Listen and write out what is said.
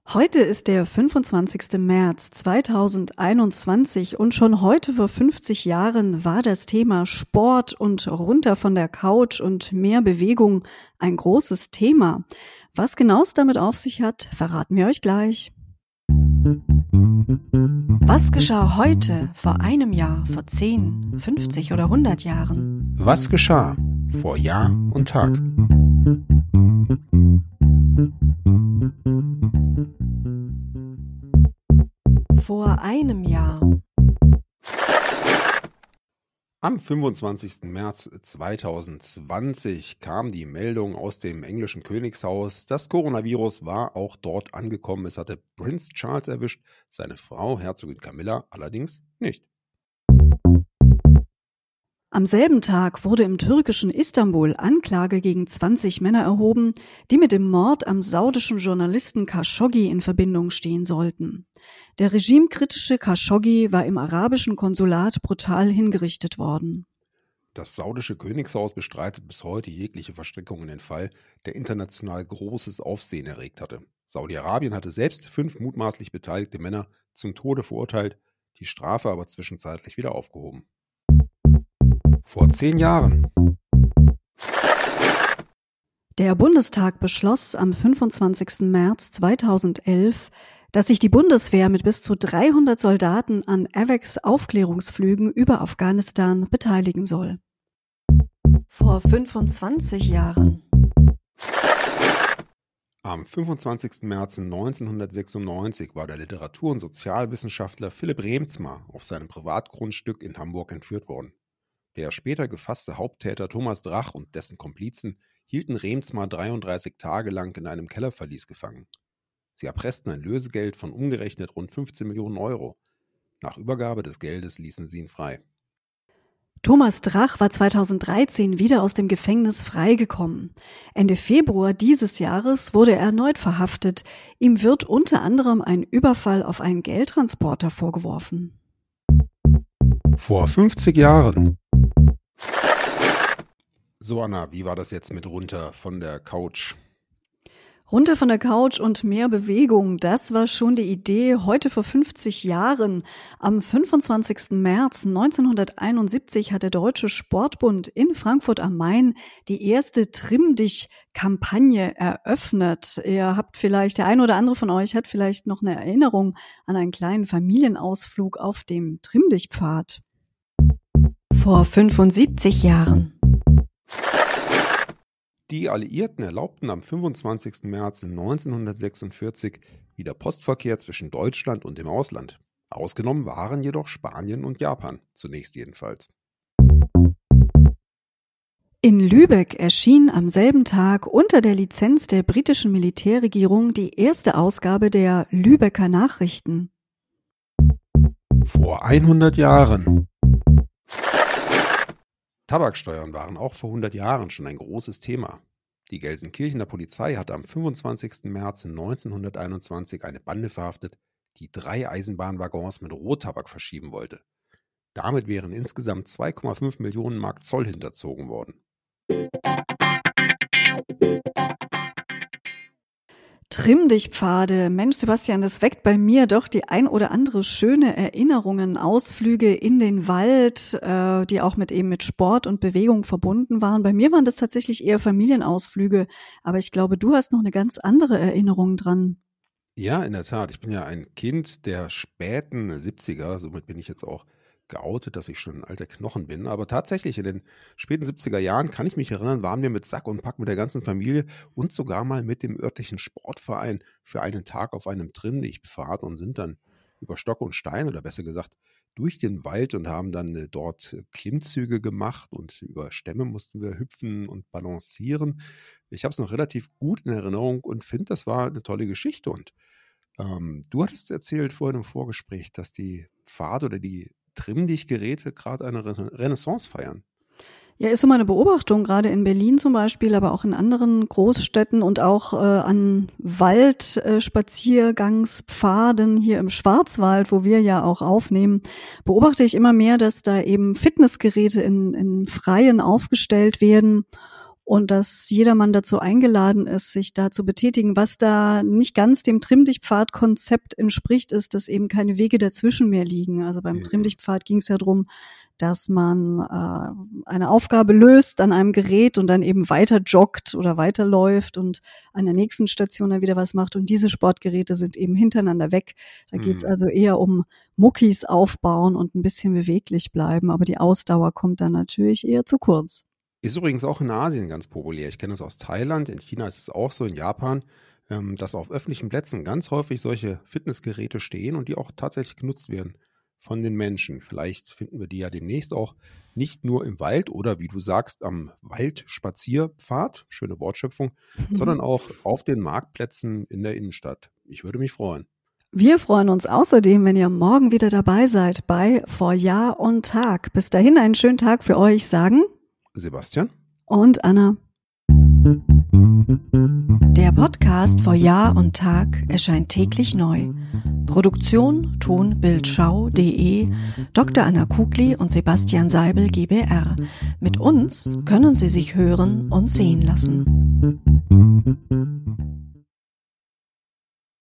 Heute ist der 25. März 2021 und schon heute vor 50 Jahren war das Thema Sport und runter von der Couch und mehr Bewegung ein großes Thema. Was genau es damit auf sich hat, verraten wir euch gleich. Was geschah heute, vor einem Jahr, vor 10, 50 oder 100 Jahren? Was geschah vor Jahr und Tag? Vor einem Jahr. Am 25. März 2020 kam die Meldung aus dem englischen Königshaus, das Coronavirus war auch dort angekommen. Es hatte Prinz Charles erwischt, seine Frau Herzogin Camilla allerdings nicht. Am selben Tag wurde im türkischen Istanbul Anklage gegen 20 Männer erhoben, die mit dem Mord am saudischen Journalisten Khashoggi in Verbindung stehen sollten. Der regimekritische Khashoggi war im arabischen Konsulat brutal hingerichtet worden. Das saudische Königshaus bestreitet bis heute jegliche Verstrickung in den Fall, der international großes Aufsehen erregt hatte. Saudi-Arabien hatte selbst 5 mutmaßlich beteiligte Männer zum Tode verurteilt, die Strafe aber zwischenzeitlich wieder aufgehoben. Vor 10 Jahren. Der Bundestag beschloss am 25. März 2011, dass sich die Bundeswehr mit bis zu 300 Soldaten an AWACS-Aufklärungsflügen über Afghanistan beteiligen soll. Vor 25 Jahren. Am 25. März 1996 war der Literatur- und Sozialwissenschaftler Philipp Reemtsma auf seinem Privatgrundstück in Hamburg entführt worden. Der später gefasste Haupttäter Thomas Drach und dessen Komplizen hielten Reemtsma 33 Tage lang in einem Kellerverlies gefangen. Sie erpressten ein Lösegeld von umgerechnet rund 15 Millionen Euro. Nach Übergabe des Geldes ließen sie ihn frei. Thomas Drach war 2013 wieder aus dem Gefängnis freigekommen. Ende Februar dieses Jahres wurde er erneut verhaftet. Ihm wird unter anderem ein Überfall auf einen Geldtransporter vorgeworfen. Vor 50 Jahren. So, Anna, wie war das jetzt mit runter von der Couch? Runter von der Couch und mehr Bewegung, das war schon die Idee heute vor 50 Jahren. Am 25. März 1971 hat der Deutsche Sportbund in Frankfurt am Main die erste Trimm-Dich-Kampagne eröffnet. Ihr habt vielleicht, der ein oder andere von euch hat vielleicht noch eine Erinnerung an einen kleinen Familienausflug auf dem Trimm-Dich-Pfad. Vor 75 Jahren. Die Alliierten erlaubten am 25. März 1946 wieder Postverkehr zwischen Deutschland und dem Ausland. Ausgenommen waren jedoch Spanien und Japan, zunächst jedenfalls. In Lübeck erschien am selben Tag unter der Lizenz der britischen Militärregierung die erste Ausgabe der Lübecker Nachrichten. Vor 100 Jahren. Tabaksteuern waren auch vor 100 Jahren schon ein großes Thema. Die Gelsenkirchener Polizei hatte am 25. März 1921 eine Bande verhaftet, die 3 Eisenbahnwaggons mit Rohtabak verschieben wollte. Damit wären insgesamt 2,5 Millionen Mark Zoll hinterzogen worden. Trimm-Dich-Pfade. Mensch, Sebastian, das weckt bei mir doch die ein oder andere schöne Erinnerungen, Ausflüge in den Wald, die auch mit Sport und Bewegung verbunden waren. Bei mir waren das tatsächlich eher Familienausflüge, aber ich glaube, du hast noch eine ganz andere Erinnerung dran. Ja, in der Tat. Ich bin ja ein Kind der späten 70er, somit bin ich jetzt auch geoutet, dass ich schon ein alter Knochen bin. Aber tatsächlich in den späten 70er Jahren, kann ich mich erinnern, waren wir mit Sack und Pack mit der ganzen Familie und sogar mal mit dem örtlichen Sportverein für einen Tag auf einem Trimm-Dich-Pfad und sind dann über Stock und Stein oder besser gesagt durch den Wald und haben dann dort Klimmzüge gemacht und über Stämme mussten wir hüpfen und balancieren. Ich habe es noch relativ gut in Erinnerung und finde, das war eine tolle Geschichte. Und du hattest erzählt vorhin im Vorgespräch, dass die Pfade oder die Trimm-Dich-Geräte gerade eine Renaissance feiern. Ja, ist so meine Beobachtung, gerade in Berlin zum Beispiel, aber auch in anderen Großstädten und auch an Waldspaziergangspfaden hier im Schwarzwald, wo wir ja auch aufnehmen, beobachte ich immer mehr, dass da eben Fitnessgeräte in Freien aufgestellt werden und dass jedermann dazu eingeladen ist, sich da zu betätigen. Was da nicht ganz dem Trimm-dich-Pfad-Konzept entspricht, ist, dass eben keine Wege dazwischen mehr liegen. Also beim Trimm-dich-Pfad ging es ja darum, dass man eine Aufgabe löst an einem Gerät und dann eben weiter joggt oder weiterläuft und an der nächsten Station dann wieder was macht. Und diese Sportgeräte sind eben hintereinander weg. Da geht's also eher um Muckis aufbauen und ein bisschen beweglich bleiben. Aber die Ausdauer kommt dann natürlich eher zu kurz. Ist übrigens auch in Asien ganz populär. Ich kenne das aus Thailand, in China ist es auch so, in Japan, dass auf öffentlichen Plätzen ganz häufig solche Fitnessgeräte stehen und die auch tatsächlich genutzt werden von den Menschen. Vielleicht finden wir die ja demnächst auch nicht nur im Wald oder, wie du sagst, am Waldspazierpfad, schöne Wortschöpfung, sondern auch auf den Marktplätzen in der Innenstadt. Ich würde mich freuen. Wir freuen uns außerdem, wenn ihr morgen wieder dabei seid bei Vor Jahr und Tag. Bis dahin einen schönen Tag für euch, sagen Sebastian und Anna. Der Podcast Vor Jahr und Tag erscheint täglich neu. Produktion tonbildschau.de, Dr. Anna Kugli und Sebastian Seibel GbR. Mit uns können Sie sich hören und sehen lassen.